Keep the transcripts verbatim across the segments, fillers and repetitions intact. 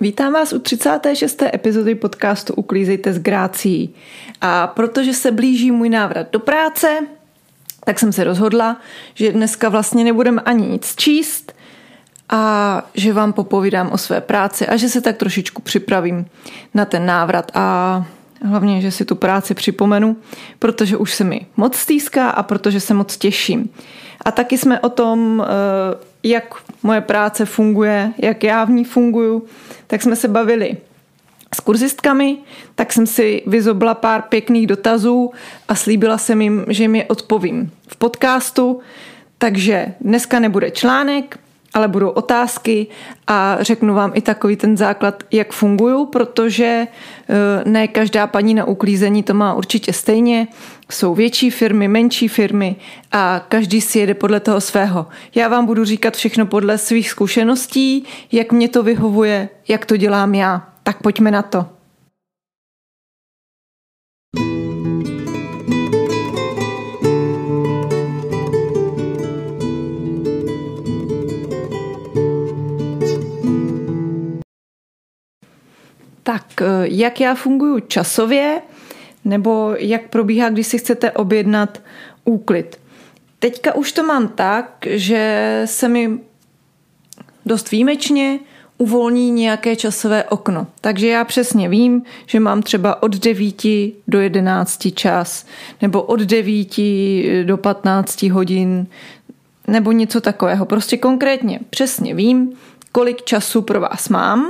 Vítám vás u třicáté šesté epizody podcastu Uklízejte s grácií. A protože se blíží můj návrat do práce, tak jsem se rozhodla, že dneska vlastně nebudeme ani nic číst a že vám popovídám o své práci a že se tak trošičku připravím na ten návrat a hlavně, že si tu práci připomenu, protože už se mi moc stýská a protože se moc těším. A taky jsme o tom, jak moje práce funguje, jak já v ní funguju, tak jsme se bavili s kurzistkami, tak jsem si vyzobla pár pěkných dotazů a slíbila jsem jim, že jim je odpovím v podcastu, takže dneska nebude článek, ale budou otázky a řeknu vám i takový ten základ, jak funguju, protože ne každá paní na uklízení to má určitě stejně. Jsou větší firmy, menší firmy a každý si jede podle toho svého. Já vám budu říkat všechno podle svých zkušeností, jak mě to vyhovuje, jak to dělám já. Tak pojďme na to. Tak, jak já funguju časově, nebo jak probíhá, když si chcete objednat úklid. Teďka už to mám tak, že se mi dost výjimečně uvolní nějaké časové okno. Takže já přesně vím, že mám třeba od devíti do jedenácti čas, nebo od devíti do patnácti hodin, nebo něco takového. Prostě konkrétně přesně vím, kolik času pro vás mám.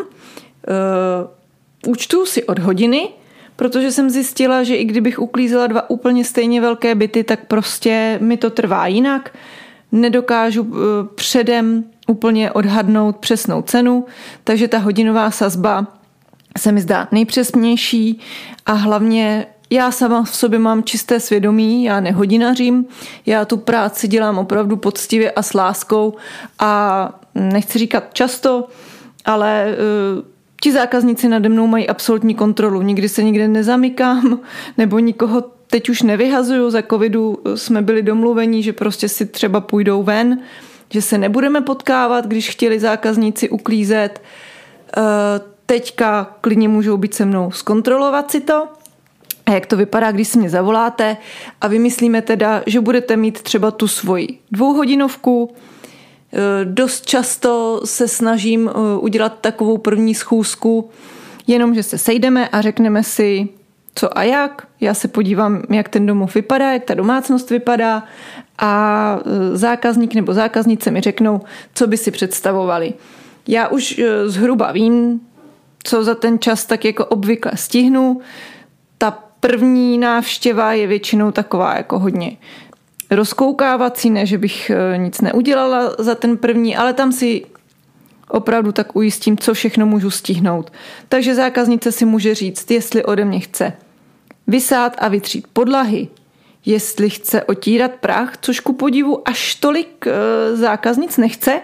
Účtuju si od hodiny, protože jsem zjistila, že i kdybych uklízela dva úplně stejně velké byty, tak prostě mi to trvá jinak. Nedokážu předem úplně odhadnout přesnou cenu, takže ta hodinová sazba se mi zdá nejpřesnější a hlavně já sama v sobě mám čisté svědomí, já nehodinařím, já tu práci dělám opravdu poctivě a s láskou a nechci říkat často, ale ti zákazníci nade mnou mají absolutní kontrolu. Nikdy se nikde nezamykám, nebo nikoho teď už nevyhazuju. Za covidu jsme byli domluveni, že prostě si třeba půjdou ven, že se nebudeme potkávat, když chtěli zákazníci uklízet. Teďka klidně můžou být se mnou, zkontrolovat si to. A jak to vypadá, když si mě zavoláte a vymyslíme teda, že budete mít třeba tu svoji dvouhodinovku. Dost často se snažím udělat takovou první schůzku, jenom že se sejdeme a řekneme si, co a jak. Já se podívám, jak ten domov vypadá, jak ta domácnost vypadá a zákazník nebo zákaznice mi řeknou, co by si představovali. Já už zhruba vím, co za ten čas tak jako obvykle stihnu. Ta první návštěva je většinou taková jako hodně rozkoukávací, ne, že bych nic neudělala za ten první, ale tam si opravdu tak ujistím, co všechno můžu stihnout. Takže zákaznice si může říct, jestli ode mě chce vysát a vytřít podlahy, jestli chce otírat prach, což ku podivu až tolik zákaznic nechce.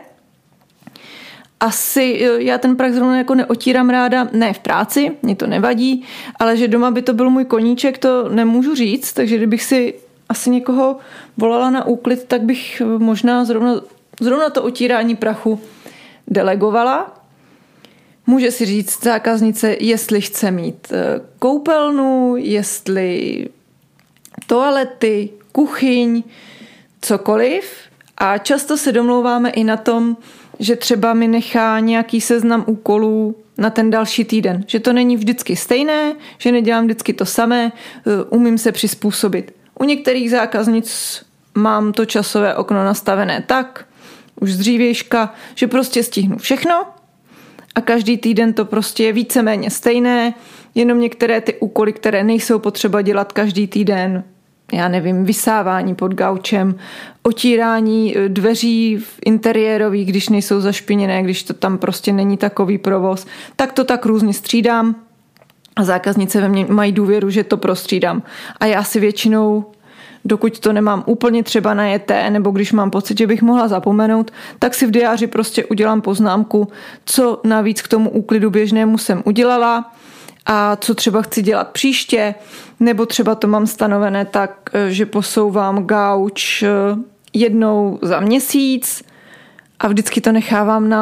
Asi já ten prach zrovna jako neotírám ráda, ne v práci, mě to nevadí, ale že doma by to byl můj koníček, to nemůžu říct, takže kdybych si asi někoho volala na úklid, tak bych možná zrovna, zrovna to otírání prachu delegovala. Může si říct zákaznice, jestli chce mít koupelnu, jestli toalety, kuchyň, cokoliv. A často se domlouváme i na tom, že třeba mi nechá nějaký seznam úkolů na ten další týden. Že to není vždycky stejné, že nedělám vždycky to samé, umím se přizpůsobit. U některých zákaznic mám to časové okno nastavené tak, už z dřívějška, že prostě stihnu všechno a každý týden to prostě je víceméně stejné, jenom některé ty úkoly, které nejsou potřeba dělat každý týden, já nevím, vysávání pod gaučem, otírání dveří v interiérových, když nejsou zašpiněné, když to tam prostě není takový provoz, tak to tak různě střídám. A zákaznice ve mně mají důvěru, že to prostřídám. A já si většinou, dokud to nemám úplně třeba najeté, nebo když mám pocit, že bych mohla zapomenout, tak si v diáři prostě udělám poznámku, co navíc k tomu úklidu běžnému jsem udělala a co třeba chci dělat příště, nebo třeba to mám stanovené tak, že posouvám gauč jednou za měsíc a vždycky to nechávám na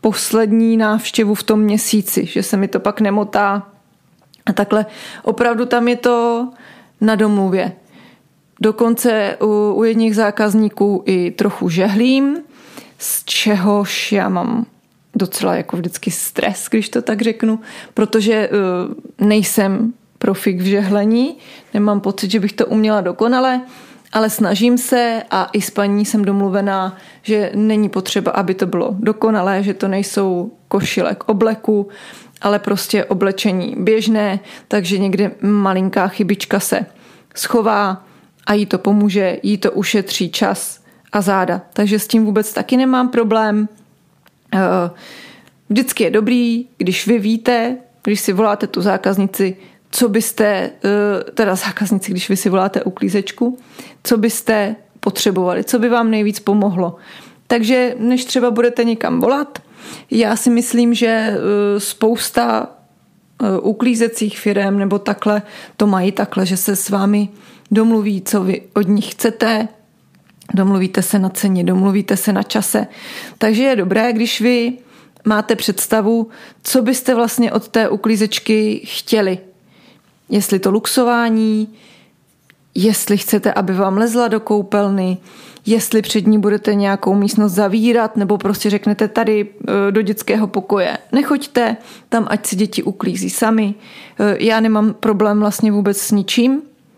poslední návštěvu v tom měsíci, že se mi to pak nemotá. A takhle opravdu tam je to na domluvě. Dokonce u, u jedních zákazníků i trochu žehlím, z čehož já mám docela jako vždycky stres, když to tak řeknu, protože uh, nejsem profik v žehlení, nemám pocit, že bych to uměla dokonale, ale snažím se a i s paní jsem domluvená, že není potřeba, aby to bylo dokonalé, že to nejsou košile k obleku, ale prostě oblečení běžné, takže někde malinká chybička se schová a jí to pomůže, jí to ušetří čas a záda. Takže s tím vůbec taky nemám problém. Vždycky je dobrý, když vy víte, když si voláte tu zákaznici, co byste, teda zákaznici, když vy si voláte uklízečku, co byste potřebovali, co by vám nejvíc pomohlo. Takže než třeba budete někam volat, já si myslím, že spousta uklízecích firem nebo takhle to mají takhle, že se s vámi domluví, co vy od nich chcete, domluvíte se na ceně, domluvíte se na čase. Takže je dobré, když vy máte představu, co byste vlastně od té uklízečky chtěli. Jestli to luxování, jestli chcete, aby vám lezla do koupelny, jestli před ní budete nějakou místnost zavírat, nebo prostě řeknete tady do dětského pokoje nechoďte, tam ať si děti uklízí sami. Já nemám problém vlastně vůbec s ničím.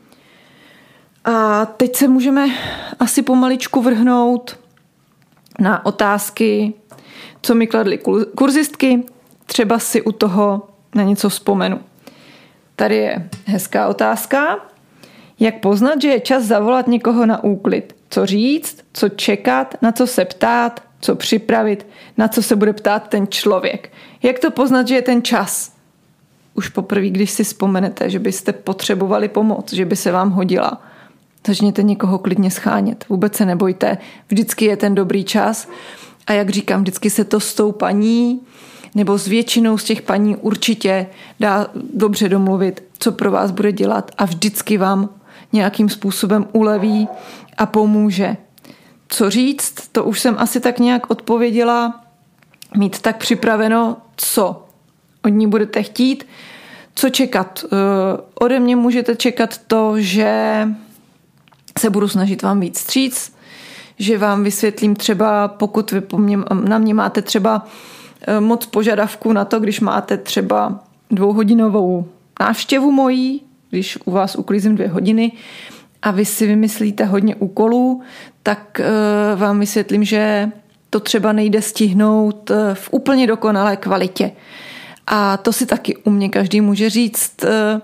A teď se můžeme asi pomaličku vrhnout na otázky, co mi kladly kurzistky. Třeba si u toho na něco vzpomenu. Tady je hezká otázka. Jak poznat, že je čas zavolat někoho na úklid? Co říct, co čekat, na co se ptát, co připravit, na co se bude ptát ten člověk? Jak to poznat, že je ten čas? Už poprvé, když si vzpomenete, že byste potřebovali pomoc, že by se vám hodila, začněte někoho klidně schánět. Vůbec se nebojte, vždycky je ten dobrý čas. A jak říkám, vždycky se to s tou paní nebo s většinou z těch paní určitě dá dobře domluvit, co pro vás bude dělat a vždycky vám nějakým způsobem uleví a pomůže. Co říct, to už jsem asi tak nějak odpověděla. Mít tak připraveno, co od ní budete chtít, co čekat. Ode mě můžete čekat to, že se budu snažit vám víc vstříc, že vám vysvětlím třeba, pokud vy na mě máte třeba moc požadavků na to, když máte třeba dvouhodinovou návštěvu mojí, když u vás uklízím dvě hodiny a vy si vymyslíte hodně úkolů, tak vám vysvětlím, že to třeba nejde stihnout v úplně dokonalé kvalitě. A to si taky u mě každý může říct,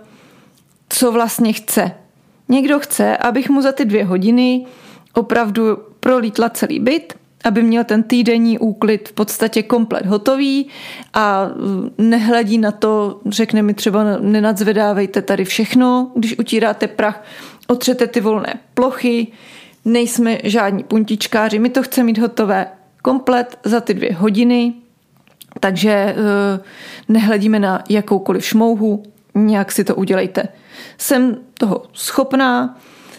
co vlastně chce. Někdo chce, abych mu za ty dvě hodiny opravdu prolítla celý byt, aby měl ten týdenní úklid v podstatě komplet hotový a nehledí na to, řekne mi třeba nenadzvedávejte tady všechno, když utíráte prach, otřete ty volné plochy, nejsme žádní puntičkáři, my to chceme mít hotové komplet za ty dvě hodiny, takže nehledíme na jakoukoliv šmouhu, nějak si to udělejte. Jsem toho schopná,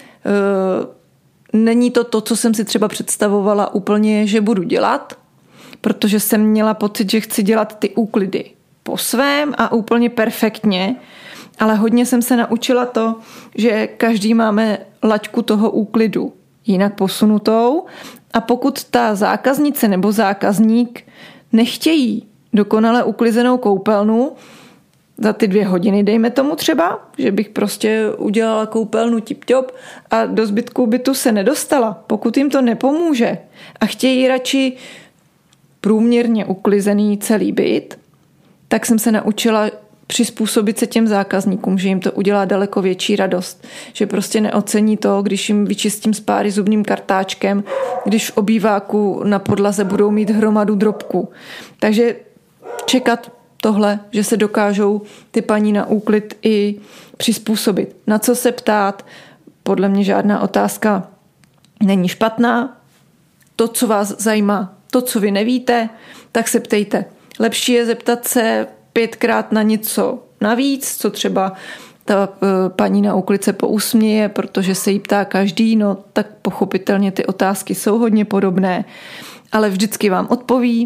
není to to, co jsem si třeba představovala úplně, že budu dělat, protože jsem měla pocit, že chci dělat ty úklidy po svém a úplně perfektně, ale hodně jsem se naučila to, že každý máme laťku toho úklidu jinak posunutou a pokud ta zákaznice nebo zákazník nechtějí dokonale uklizenou koupelnu za ty dvě hodiny, dejme tomu třeba, že bych prostě udělala koupelnu tip-top a do zbytku bytu se nedostala. Pokud jim to nepomůže a chtějí radši průměrně uklizený celý byt, tak jsem se naučila přizpůsobit se těm zákazníkům, že jim to udělá daleko větší radost. Že prostě neocení to, když jim vyčistím spáry zubním kartáčkem, když v obýváku na podlaze budou mít hromadu drobků. Takže čekat tohle, že se dokážou ty paní na úklid i přizpůsobit. Na co se ptát, podle mě žádná otázka není špatná. To, co vás zajímá, to, co vy nevíte, tak se ptejte. Lepší je zeptat se pětkrát na něco navíc, co třeba ta paní na úklid se pousměje, protože se jí ptá každý, no tak pochopitelně ty otázky jsou hodně podobné, ale vždycky vám odpoví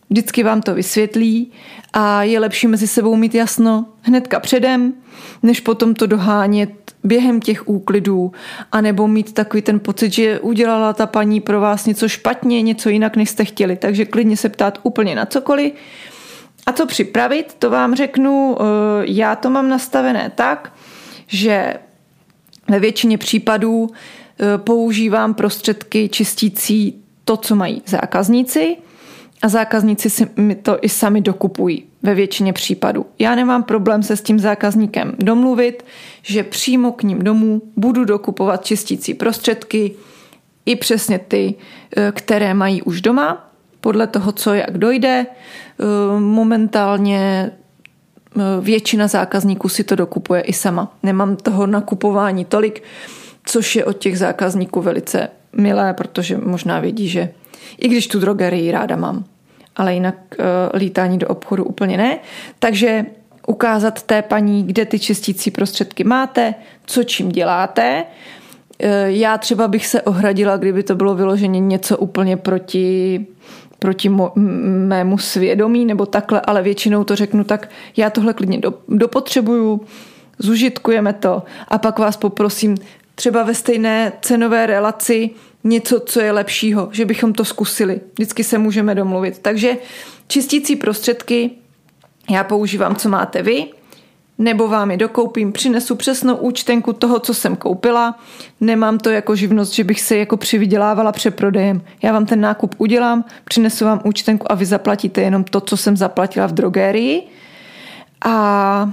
vždycky vám to vysvětlí a je lepší mezi sebou mít jasno hnedka předem, než potom to dohánět během těch úklidů, anebo mít takový ten pocit, že udělala ta paní pro vás něco špatně, něco jinak, než jste chtěli. Takže klidně se ptát úplně na cokoliv. A co připravit, to vám řeknu, já to mám nastavené tak, že ve většině případů používám prostředky čistící to, co mají zákazníci, a zákazníci si mi to i sami dokupují ve většině případů. Já nemám problém se s tím zákazníkem domluvit, že přímo k ním domů budu dokupovat čistící prostředky i přesně ty, které mají už doma, podle toho, co jak dojde. Momentálně většina zákazníků si to dokupuje i sama. Nemám toho nakupování tolik, což je od těch zákazníků velice milé, protože možná vědí, že i když tu drogerii ráda mám, ale jinak uh, lítání do obchodu úplně ne. Takže ukázat té paní, kde ty čistící prostředky máte, co čím děláte. Uh, já třeba bych se ohradila, kdyby to bylo vyloženě něco úplně proti, proti mo- mému svědomí nebo takhle, ale většinou to řeknu tak, já tohle klidně do, dopotřebuju, zužitkujeme to a pak vás poprosím třeba ve stejné cenové relaci něco, co je lepšího, že bychom to zkusili. Vždycky se můžeme domluvit. Takže čistící prostředky já používám, co máte vy, nebo vám je dokoupím, přinesu přesnou účtenku toho, co jsem koupila. Nemám to jako živnost, že bych se jako přivydělávala přeprodejem. Já vám ten nákup udělám, přinesu vám účtenku a vy zaplatíte jenom to, co jsem zaplatila v drogérii. A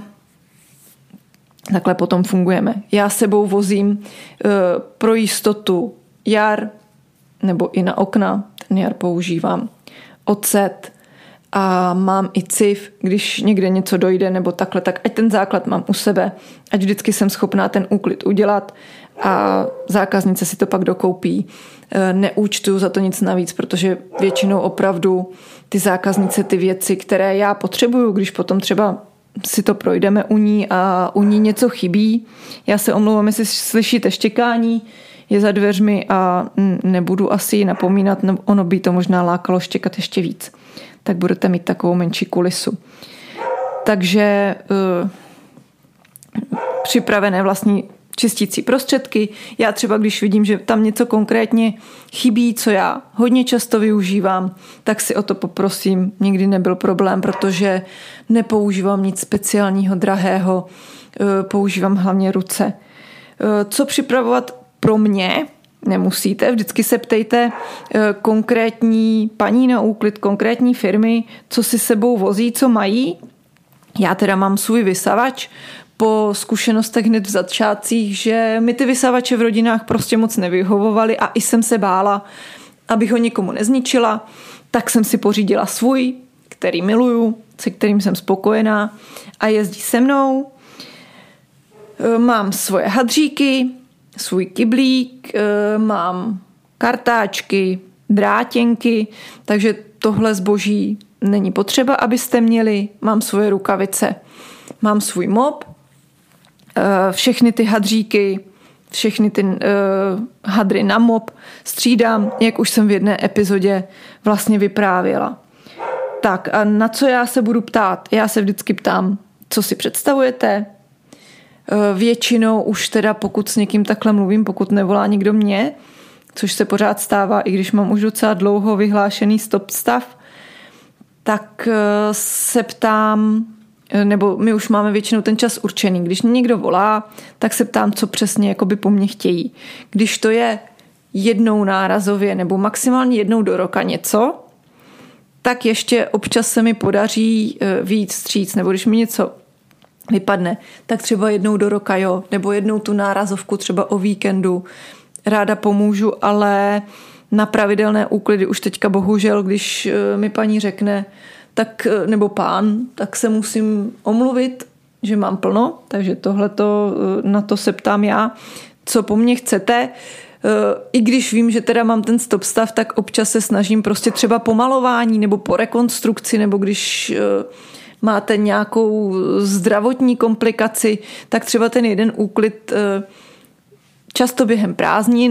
takhle potom fungujeme. Já sebou vozím uh, pro jistotu jar, nebo i na okna, ten jar používám, ocet a mám i civ, když někde něco dojde nebo takhle, tak ať ten základ mám u sebe, ať vždycky jsem schopná ten úklid udělat a zákaznice si to pak dokoupí. Neúčtuju za to nic navíc, protože většinou opravdu ty zákaznice ty věci, které já potřebuju, když potom třeba si to projdeme u ní a u ní něco chybí. Já se omlouvám, jestli slyšíte štěkání, je za dveřmi a nebudu asi ji napomínat, ono by to možná lákalo štěkat ještě víc. Tak budete mít takovou menší kulisu. Takže uh, připravené vlastní čistící prostředky. Já třeba, když vidím, že tam něco konkrétně chybí, co já hodně často využívám, tak si o to poprosím. Nikdy nebyl problém, protože nepoužívám nic speciálního, drahého. Uh, používám hlavně ruce. Uh, co připravovat pro mě? Nemusíte, vždycky se ptejte konkrétní paní na úklid, konkrétní firmy, co si sebou vozí, co mají. Já teda mám svůj vysavač po zkušenostech hned v začátcích, že mi ty vysavače v rodinách prostě moc nevyhovovaly a i jsem se bála, abych ho někomu nezničila, tak jsem si pořídila svůj, který miluju, se kterým jsem spokojená a jezdí se mnou. Mám svoje hadříky, svůj kyblík, mám kartáčky, drátěnky, takže tohle zboží není potřeba, abyste měli. Mám svoje rukavice, mám svůj mop, všechny ty hadříky, všechny ty hadry na mop střídám, jak už jsem v jedné epizodě vlastně vyprávěla. Tak a na co já se budu ptát? Já se vždycky ptám, co si představujete? Většinou už teda, pokud s někým takhle mluvím, pokud nevolá nikdo mě, což se pořád stává, i když mám už docela dlouho vyhlášený stop stav, tak se ptám, nebo my už máme většinou ten čas určený. Když mě někdo volá, tak se ptám, co přesně jakoby po mně chtějí. Když to je jednou nárazově nebo maximálně jednou do roka něco, tak ještě občas se mi podaří vyjít vstříc, nebo když mi něco vypadne, tak třeba jednou do roka, jo, nebo jednou tu nárazovku třeba o víkendu ráda pomůžu, ale na pravidelné úklidy už teďka bohužel, když mi paní řekne, tak, nebo pán, tak se musím omluvit, že mám plno, takže tohleto, na to se ptám já, co po mně chcete. I když vím, že teda mám ten stop stav, tak občas se snažím prostě třeba po malování nebo po rekonstrukci, nebo když máte nějakou zdravotní komplikaci, tak třeba ten jeden úklid často během prázdnin,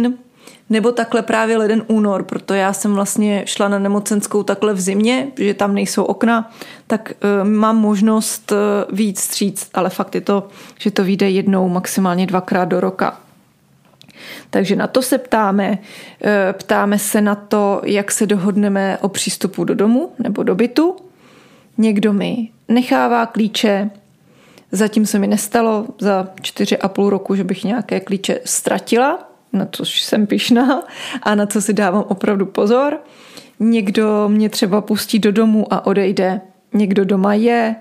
Nebo takhle právě leden, únor, proto já jsem vlastně šla na nemocenskou takhle v zimě, že tam nejsou okna, tak uh, mám možnost uh, vyjít vstříc, ale fakt je to, že to vyjde jednou, maximálně dvakrát do roka. Takže na to se ptáme. Ptáme se na to, jak se dohodneme o přístupu do domu nebo do bytu. Někdo mi nechává klíče. Zatím se mi nestalo za čtyři a půl roku, že bych nějaké klíče ztratila, na což jsem pyšná a na co si dávám opravdu pozor. Někdo mě třeba pustí do domu a odejde. Někdo doma je.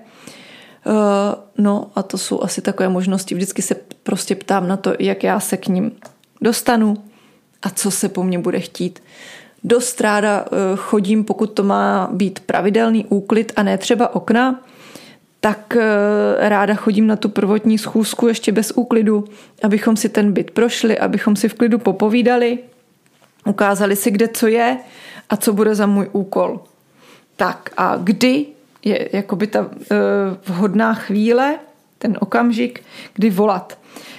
No a to jsou asi takové možnosti. Vždycky se prostě ptám na to, jak já se k ním dostanu a co se po mně bude chtít. Dost ráda chodím, pokud to má být pravidelný úklid a ne třeba okna, tak ráda chodím na tu prvotní schůzku ještě bez úklidu, abychom si ten byt prošli, abychom si v klidu popovídali, ukázali si, kde co je a co bude za můj úkol. Tak a kdy je jakoby ta e, vhodná chvíle, ten okamžik, kdy volat.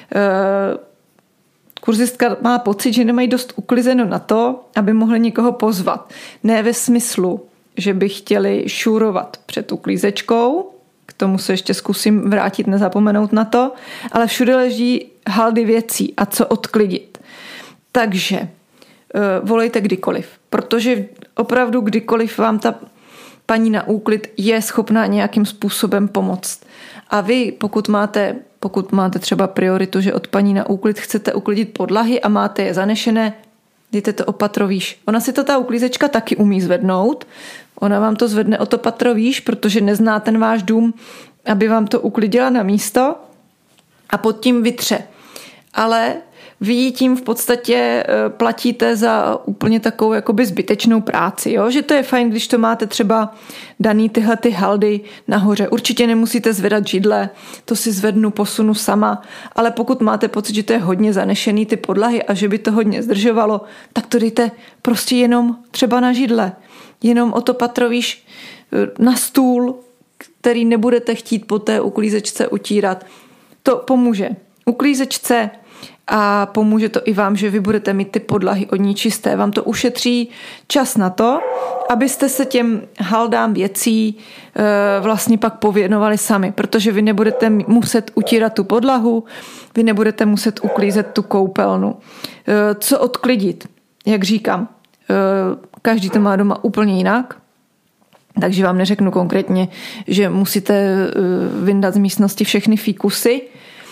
E, kurzistka má pocit, že nemají dost uklizeno na to, aby mohli někoho pozvat. Ne ve smyslu, že by chtěli šůrovat před uklízečkou, k tomu se ještě zkusím vrátit, nezapomenout na to, ale všude leží haldy věcí a co odklidit. Takže e, volejte kdykoliv, protože opravdu kdykoliv vám ta paní na úklid je schopná nějakým způsobem pomoct. A vy, pokud máte, pokud máte třeba prioritu, že od paní na úklid chcete uklidit podlahy a máte je zanešené, dejte to o patro výš. Ona si to ta uklízečka taky umí zvednout. Ona vám to zvedne o to patro výš, protože nezná ten váš dům, aby vám to uklidila na místo a pod tím vytře. Ale vy tím v podstatě platíte za úplně takovou jakoby zbytečnou práci. Jo? Že to je fajn, když to máte třeba daný tyhle ty haldy nahoře. Určitě nemusíte zvedat židle, to si zvednu, posunu sama, ale pokud máte pocit, že to je hodně zanešený ty podlahy a že by to hodně zdržovalo, tak to dejte prostě jenom třeba na židle. Jenom o to patro výš na stůl, který nebudete chtít po té uklízečce utírat. To pomůže uklízečce a pomůže to i vám, že vy budete mít ty podlahy od ní čisté. Vám to ušetří čas na to, abyste se těm haldám věcí e, vlastně pak pověnovali sami, protože vy nebudete muset utírat tu podlahu, vy nebudete muset uklízet tu koupelnu. E, co odklidit? Jak říkám, e, každý to má doma úplně jinak, takže vám neřeknu konkrétně, že musíte e, vyndat z místnosti všechny fíkusy,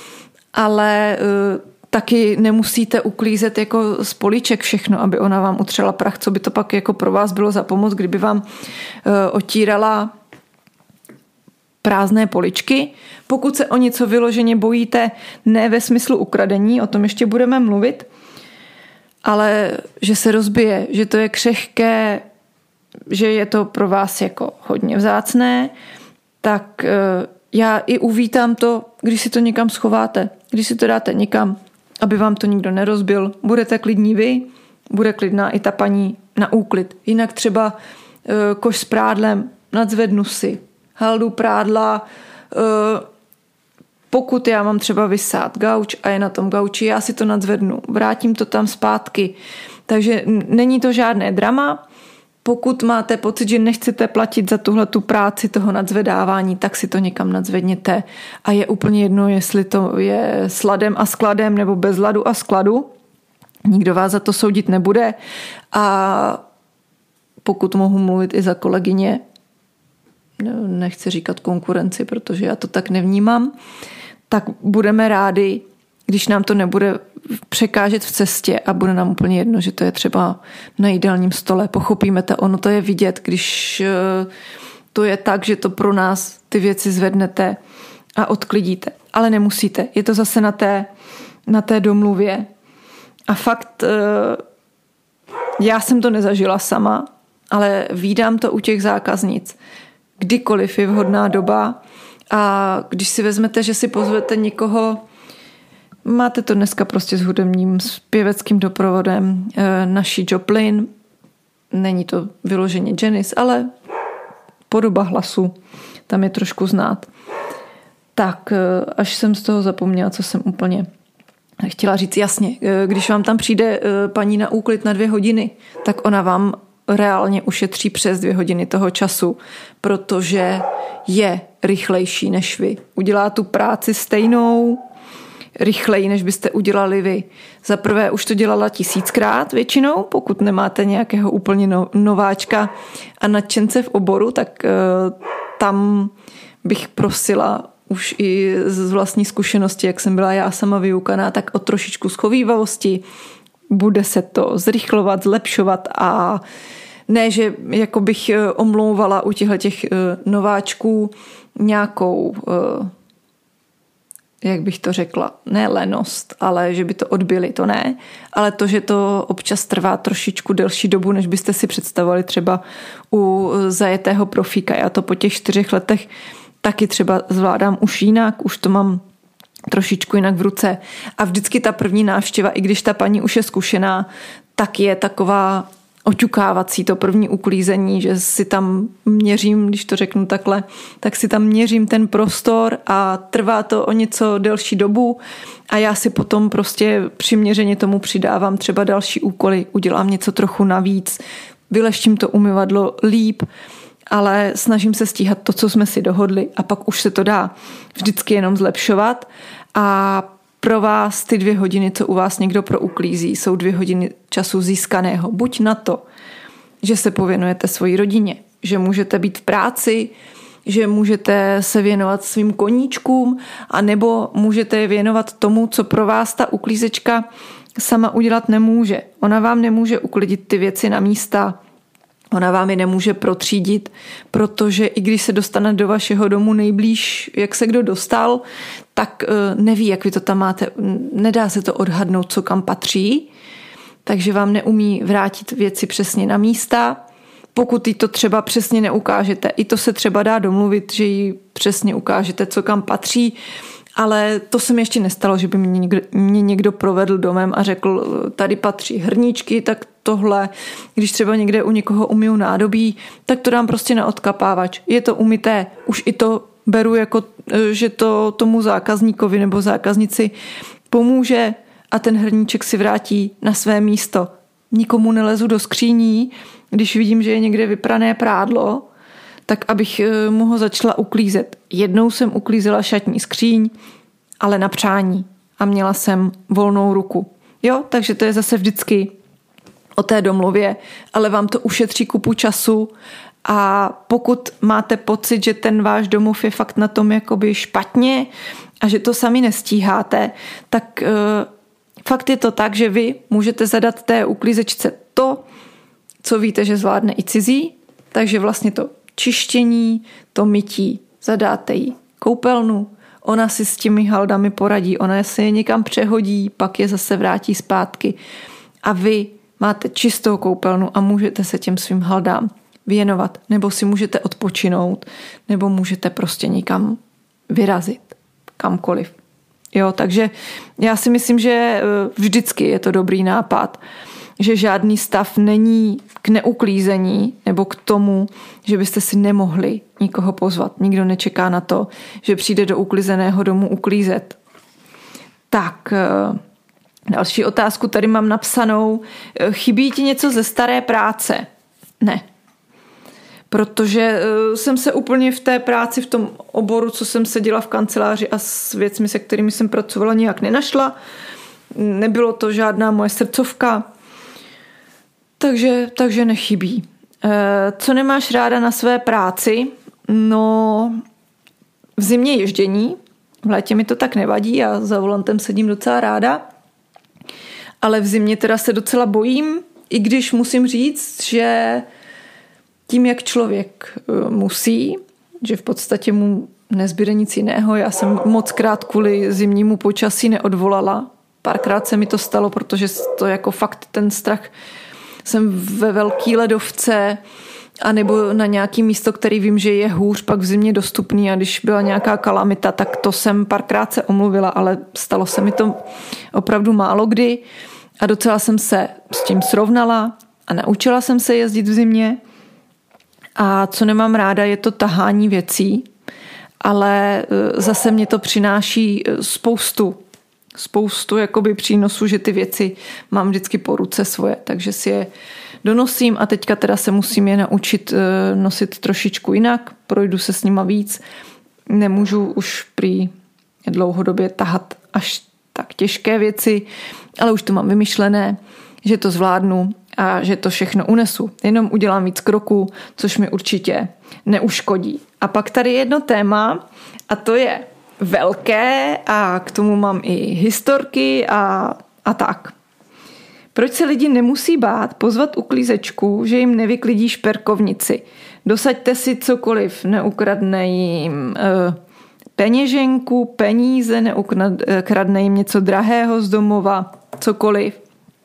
ale e, taky nemusíte uklízet jako z políček všechno, aby ona vám utřela prach, co by to pak jako pro vás bylo za pomoc, kdyby vám uh, otírala prázdné poličky. Pokud se o něco vyloženě bojíte, ne ve smyslu ukradení, o tom ještě budeme mluvit, ale že se rozbije, že to je křehké, že je to pro vás jako hodně vzácné, tak uh, já i uvítám to, když si to někam schováte, když si to dáte někam, aby vám to nikdo nerozbil. Budete klidní vy, bude klidná i ta paní na úklid. Jinak třeba e, koš s prádlem, nadzvednu si. Haldu prádla, e, pokud já mám třeba vysát gauč a je na tom gauči, já si to nadzvednu, vrátím to tam zpátky. Takže není to žádné drama. Pokud máte pocit, že nechcete platit za tuhle tu práci toho nadzvedávání, tak si to někam nadzvedněte. A je úplně jedno, jestli to je s ladem a skladem nebo bez ladu a skladu. Nikdo vás za to soudit nebude. A pokud mohu mluvit i za kolegyně, nechci říkat konkurenci, protože já to tak nevnímám, tak budeme rádi, když nám to nebude překážet v cestě a bude nám úplně jedno, že to je třeba na jídelním stole. Pochopíme to, ono to je vidět, když to je tak, že to pro nás ty věci zvednete a odklidíte. Ale nemusíte. Je to zase na té, na té domluvě. A fakt, já jsem to nezažila sama, ale vídám to u těch zákaznic. Kdykoliv je vhodná doba a když si vezmete, že si pozvete někoho, máte to dneska prostě s hudebním zpěveckým doprovodem naší Joplin. Není to vyloženě Janis, ale podoba hlasu tam je trošku znát. Tak až jsem z toho zapomněla, co jsem úplně chtěla říct jasně, když vám tam přijde paní na úklid na dvě hodiny, tak ona vám reálně ušetří přes dvě hodiny toho času, protože je rychlejší než vy. Udělá tu práci stejnou, rychleji, než byste udělali vy. Za prvé už to dělala tisíckrát většinou, pokud nemáte nějakého úplně nováčka a nadšence v oboru, tak uh, tam bych prosila už i z vlastní zkušenosti, jak jsem byla já sama vyukaná, tak o trošičku schovívavosti. Bude se to zrychlovat, zlepšovat a ne, že jako bych omlouvala u těchto těch nováčků nějakou, jak bych to řekla, ne lenost, ale že by to odbyli, to ne, ale to, že to občas trvá trošičku delší dobu, než byste si představovali třeba u zajetého profíka. Já to po těch čtyřech letech taky třeba zvládám už jinak, už to mám trošičku jinak v ruce. A vždycky ta první návštěva, i když ta paní už je zkušená, tak je taková oťukávací, to první uklízení, že si tam měřím, když to řeknu takhle, tak si tam měřím ten prostor a trvá to o něco delší dobu a já si potom prostě přiměřeně tomu přidávám třeba další úkoly, udělám něco trochu navíc, vyleštím to umyvadlo líp, ale snažím se stíhat to, co jsme si dohodli a pak už se to dá vždycky jenom zlepšovat a pro vás ty dvě hodiny, co u vás někdo prouklízí, jsou dvě hodiny času získaného. Buď na to, že se pověnujete svojí rodině, že můžete být v práci, že můžete se věnovat svým koníčkům, anebo můžete je věnovat tomu, co pro vás ta uklízečka sama udělat nemůže. Ona vám nemůže uklidit ty věci na místa, ona vám je nemůže protřídit, protože i když se dostane do vašeho domu nejblíž, jak se kdo dostal, tak neví, jak vy to tam máte. Nedá se to odhadnout, co kam patří, takže vám neumí vrátit věci přesně na místa. Pokud jí to třeba přesně neukážete, i to se třeba dá domluvit, že jí přesně ukážete, co kam patří, ale to se mi ještě nestalo, že by mě někdo, mě někdo provedl domem a řekl, tady patří hrníčky, tak tohle, když třeba někde u někoho umyju nádobí, tak to dám prostě na odkapávač. Je to umyté, už i to beru jako, že to tomu zákazníkovi nebo zákaznici pomůže a ten hrníček si vrátí na své místo. Nikomu nelezu do skříní, když vidím, že je někde vyprané prádlo, tak abych mu ho začala uklízet. Jednou jsem uklízela šatní skříň, ale na přání a měla jsem volnou ruku. Jo, takže to je zase vždycky o té domluvě, ale vám to ušetří kupu času a pokud máte pocit, že ten váš domov je fakt na tom jakoby špatně a že to sami nestíháte, tak uh, fakt je to tak, že vy můžete zadat té uklízečce to, co víte, že zvládne i cizí, takže vlastně to čištění, to mytí, zadáte jí koupelnu, ona si s těmi haldami poradí, ona si je někam přehodí, pak je zase vrátí zpátky a vy máte čistou koupelnu a můžete se těm svým haldám věnovat, nebo si můžete odpočinout, nebo můžete prostě někam vyrazit, kamkoliv. Jo, takže já si myslím, že vždycky je to dobrý nápad, že žádný stav není k neuklízení nebo k tomu, že byste si nemohli nikoho pozvat. Nikdo nečeká na to, že přijde do uklizeného domu uklízet. Tak, další otázku tady mám napsanou. Chybí ti něco ze staré práce? Ne. Protože jsem se úplně v té práci, v tom oboru, co jsem seděla v kanceláři a s věcmi, se kterými jsem pracovala, nijak nenašla. Nebylo to žádná moje srdcovka. Takže, takže nechybí. Co nemáš ráda na své práci? No, v zimě ježdění. V létě mi to tak nevadí, já za volantem sedím docela ráda. Ale v zimě teda se docela bojím, i když musím říct, že tím, jak člověk musí, že v podstatě mu nezbyde nic jiného. Já jsem moc krát kvůli zimnímu počasí neodvolala. Párkrát se mi to stalo, protože to jako fakt ten strach. Jsem ve velký ledovce a nebo na nějaký místo, který vím, že je hůř, pak v zimě dostupný a když byla nějaká kalamita, tak to jsem párkrát se omluvila, ale stalo se mi to opravdu málo kdy a docela jsem se s tím srovnala a naučila jsem se jezdit v zimě. A co nemám ráda, je to tahání věcí, ale zase mě to přináší spoustu, spoustu jakoby přínosů, že ty věci mám vždycky po ruce svoje, takže si je donosím a teďka teda se musím je naučit nosit trošičku jinak, projdu se s nima víc, nemůžu už prý dlouhodobě tahat až tak těžké věci, ale už to mám vymyšlené, že to zvládnu a že to všechno unesu. Jenom udělám víc kroků, což mi určitě neuškodí. A pak tady jedno téma a to je velké a k tomu mám i historky a, a tak. Proč se lidi nemusí bát pozvat uklízečku, že jim nevyklidí šperkovnici? Dosaďte si cokoliv, neukradne jim e, peněženku, peníze, neukradne jim něco drahého z domova, cokoliv.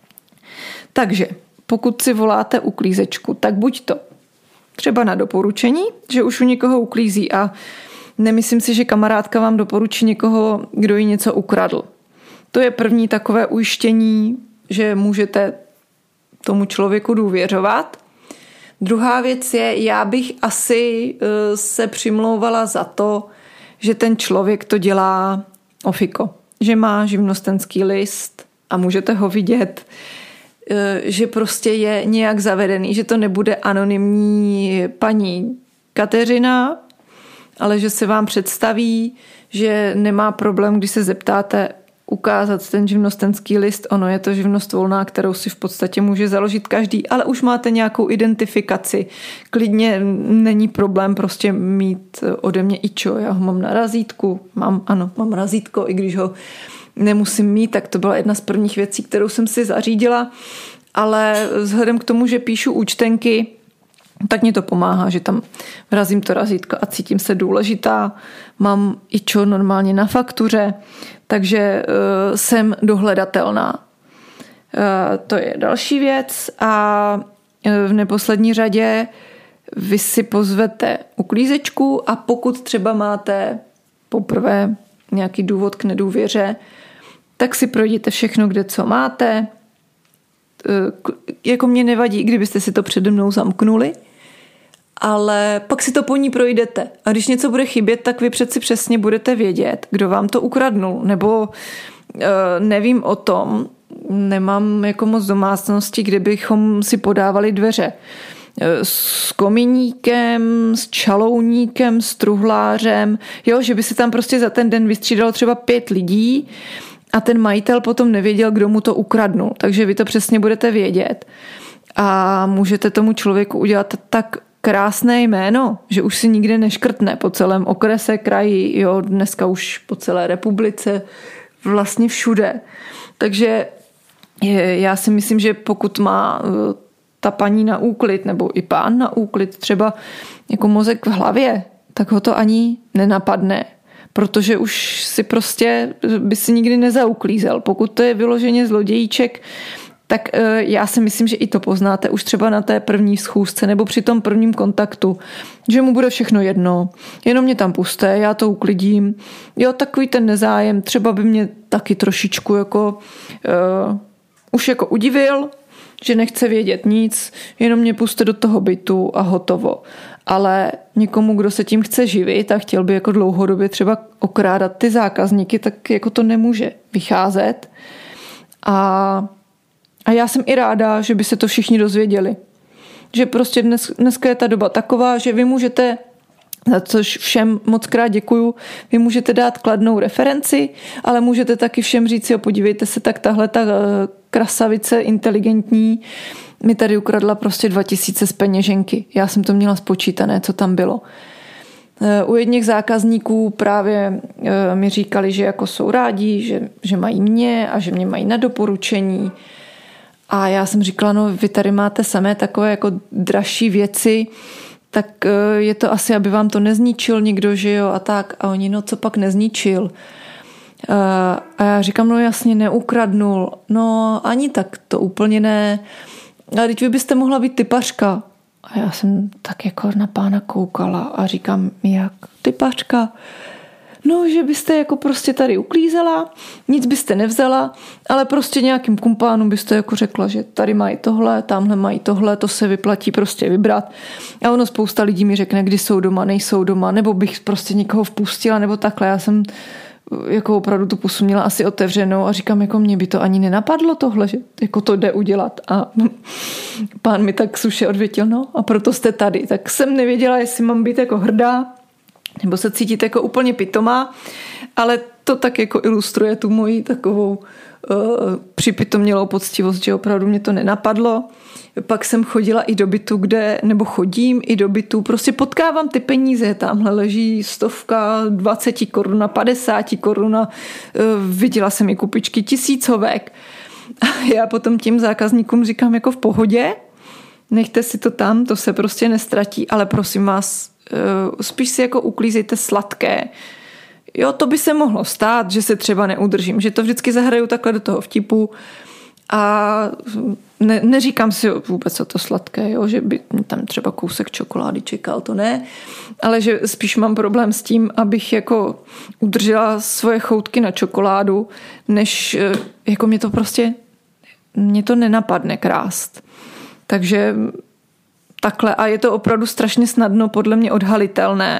Takže pokud si voláte uklízečku, tak buď to třeba na doporučení, že už u někoho uklízí a nemyslím si, že kamarádka vám doporučí někoho, kdo jí něco ukradl. To je první takové ujištění, že můžete tomu člověku důvěřovat. Druhá věc je, já bych asi se přimlouvala za to, že ten člověk to dělá ofiko, že má živnostenský list a můžete ho vidět, že prostě je nějak zavedený, že to nebude anonymní paní Kateřina, ale že se vám představí, že nemá problém, když se zeptáte ukázat ten živnostenský list. Ono je to živnost volná, kterou si v podstatě může založit každý, ale už máte nějakou identifikaci. Klidně není problém prostě mít ode mě ičo. Já ho mám na razítku. Mám, ano, mám razítko, i když ho nemusím mít, tak to byla jedna z prvních věcí, kterou jsem si zařídila, ale vzhledem k tomu, že píšu účtenky, tak mě to pomáhá, že tam vrazím to razítko a cítím se důležitá. Mám ičo normálně na faktuře, takže uh, jsem dohledatelná. Uh, to je další věc a uh, v neposlední řadě vy si pozvete uklízečku a pokud třeba máte poprvé nějaký důvod k nedůvěře, tak si projděte všechno, kde co máte. Jako mě nevadí, kdybyste si to přede mnou zamknuli, ale pak si to po ní projdete. A když něco bude chybět, tak vy přeci přesně budete vědět, kdo vám to ukradnul. Nebo nevím o tom, nemám jako moc domácnosti, kde bychom si podávali dveře. S komíníkem, s čalouníkem, s truhlářem, jo, že by se tam prostě za ten den vystřídalo třeba pět lidí a ten majitel potom nevěděl, kdo mu to ukradnul. Takže vy to přesně budete vědět a můžete tomu člověku udělat tak krásné jméno, že už si nikde neškrtne po celém okrese, kraji, jo, dneska už po celé republice, vlastně všude. Takže já si myslím, že pokud má ta paní na úklid, nebo i pán na úklid, třeba jako mozek v hlavě, tak ho to ani nenapadne, protože už si prostě by si nikdy nezauklízel. Pokud to je vyloženě zlodějíček, tak já si myslím, že i to poznáte už třeba na té první schůzce nebo při tom prvním kontaktu, že mu bude všechno jedno, jenom mě tam puste, já to uklidím. Jo, takový ten nezájem třeba by mě taky trošičku jako uh, už jako udivil, že nechce vědět nic, jenom mě puste do toho bytu a hotovo. Ale někomu, kdo se tím chce živit a chtěl by jako dlouhodobě třeba okrádat ty zákazníky, tak jako to nemůže vycházet. A, a já jsem i ráda, že by se to všichni dozvěděli. Že prostě dnes, dneska je ta doba taková, že vy můžete, za což všem moc krát děkuju, vy můžete dát kladnou referenci, ale můžete taky všem říct, jo, podívejte se, tak tahle ta krasavice inteligentní mi tady ukradla prostě dva tisíce z peněženky. Já jsem to měla spočítané, co tam bylo. U jedných zákazníků právě mi říkali, že jako jsou rádi, že, že mají mě a že mě mají na doporučení. A já jsem říkala, no vy tady máte samé takové jako dražší věci, tak je to asi, aby vám to nezničil někdo, že jo, a tak. A oni, no co pak nezničil? A já říkám, no jasně, neukradnul. No ani tak to úplně ne. A teď vy byste mohla být typařka. A já jsem tak jako na pána koukala a říkám, jak typařka? No, že byste jako prostě tady uklízela, nic byste nevzala, ale prostě nějakým kumpánům byste jako řekla, že tady mají tohle, tamhle mají tohle, to se vyplatí prostě vybrat. A ono spousta lidí mi řekne, kdy jsou doma, nejsou doma, nebo bych prostě někoho vpustila, nebo takhle. Já jsem jako opravdu tu pusu měla asi otevřenou a říkám, jako mě by to ani nenapadlo tohle, že jako to jde udělat. A pán mi tak suše odvětil, no a proto jste tady. Tak jsem nevěděla, jestli mám být jako hrdá, nebo se cítit jako úplně pitomá, ale to tak jako ilustruje tu moji takovou uh, připitomělou poctivost, že opravdu mě to nenapadlo. Pak jsem chodila i do bytu, kde, nebo chodím i do bytu, prostě potkávám ty peníze, tamhle leží stovka, dvacet korun, padesát korun, uh, viděla jsem i kupičky tisícovek. A já potom těm zákazníkům říkám jako v pohodě, nechte si to tam, to se prostě nestratí, ale prosím vás, spíš si jako uklízejte sladké. Jo, to by se mohlo stát, že se třeba neudržím, že to vždycky zahraju takhle do toho vtipu a ne, neříkám si vůbec o to sladké, jo, že by tam třeba kousek čokolády čekal, to ne, ale že spíš mám problém s tím, abych jako udržela svoje choutky na čokoládu, než jako mě to prostě mě to nenapadne krást. Takže takhle. A je to opravdu strašně snadno podle mě odhalitelné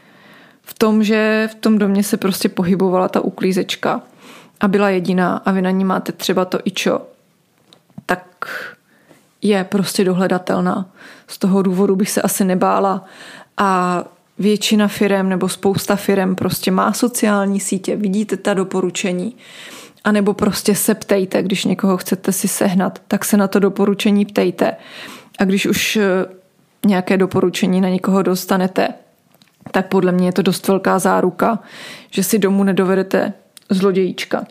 v tom, že v tom domě se prostě pohybovala ta uklízečka a byla jediná a vy na ní máte třeba to ičo, tak je prostě dohledatelná. Z toho důvodu bych se asi nebála a většina firem nebo spousta firem prostě má sociální sítě, vidíte ta doporučení. A nebo prostě se ptejte, když někoho chcete si sehnat, tak se na to doporučení ptejte. A když už nějaké doporučení na někoho dostanete, tak podle mě je to dost velká záruka, že si domů nedovedete zlodějíčka.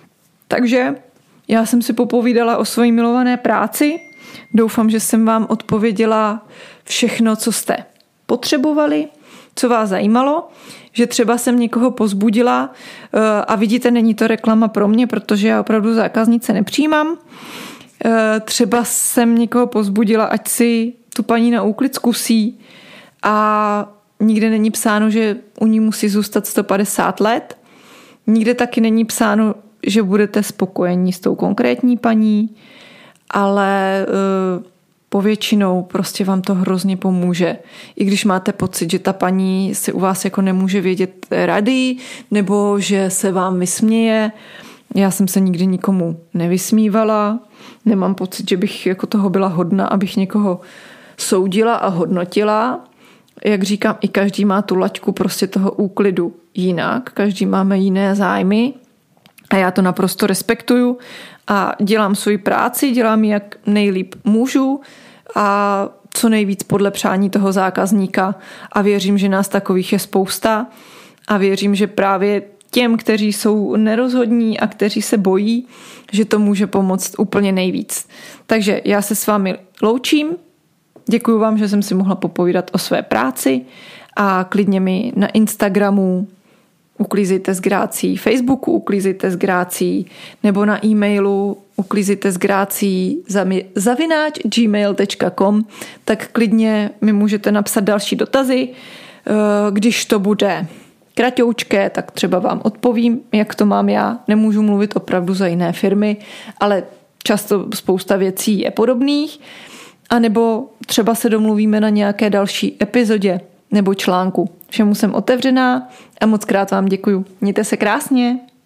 Takže já jsem si popovídala o své milované práci. Doufám, že jsem vám odpověděla všechno, co jste potřebovali, co vás zajímalo, že třeba jsem někoho pozbudila a vidíte, není to reklama pro mě, protože já opravdu zákaznice nepřijímám. Třeba jsem někoho pozbudila, ať si tu paní na úklid zkusí a nikde není psáno, že u ní musí zůstat sto padesát let. Nikde taky není psáno, že budete spokojení s tou konkrétní paní, ale povětšinou prostě vám to hrozně pomůže. I když máte pocit, že ta paní si u vás jako nemůže vědět rady, nebo že se vám vysměje. Já jsem se nikdy nikomu nevysmívala. Nemám pocit, že bych jako toho byla hodna, abych někoho soudila a hodnotila. Jak říkám, i každý má tu laťku prostě toho úklidu jinak. Každý máme jiné zájmy a já to naprosto respektuju a dělám svoji práci, dělám ji jak nejlíp můžu a co nejvíc podle přání toho zákazníka a věřím, že nás takových je spousta a věřím, že právě těm, kteří jsou nerozhodní a kteří se bojí, že to může pomoct úplně nejvíc. Takže já se s vámi loučím, děkuji vám, že jsem si mohla popovídat o své práci a klidně mi na Instagramu uklízejte s grácí, Facebooku uklízejte s grácí nebo na e-mailu uklízejte s grácí zavináč gmail tečka com, tak klidně mi můžete napsat další dotazy. Když to bude kratoučké, tak třeba vám odpovím, jak to mám já. Nemůžu mluvit opravdu za jiné firmy, ale často spousta věcí je podobných. A nebo třeba se domluvíme na nějaké další epizodě nebo článku. Všemu jsem otevřená a moc krát vám děkuju. Mějte se krásně.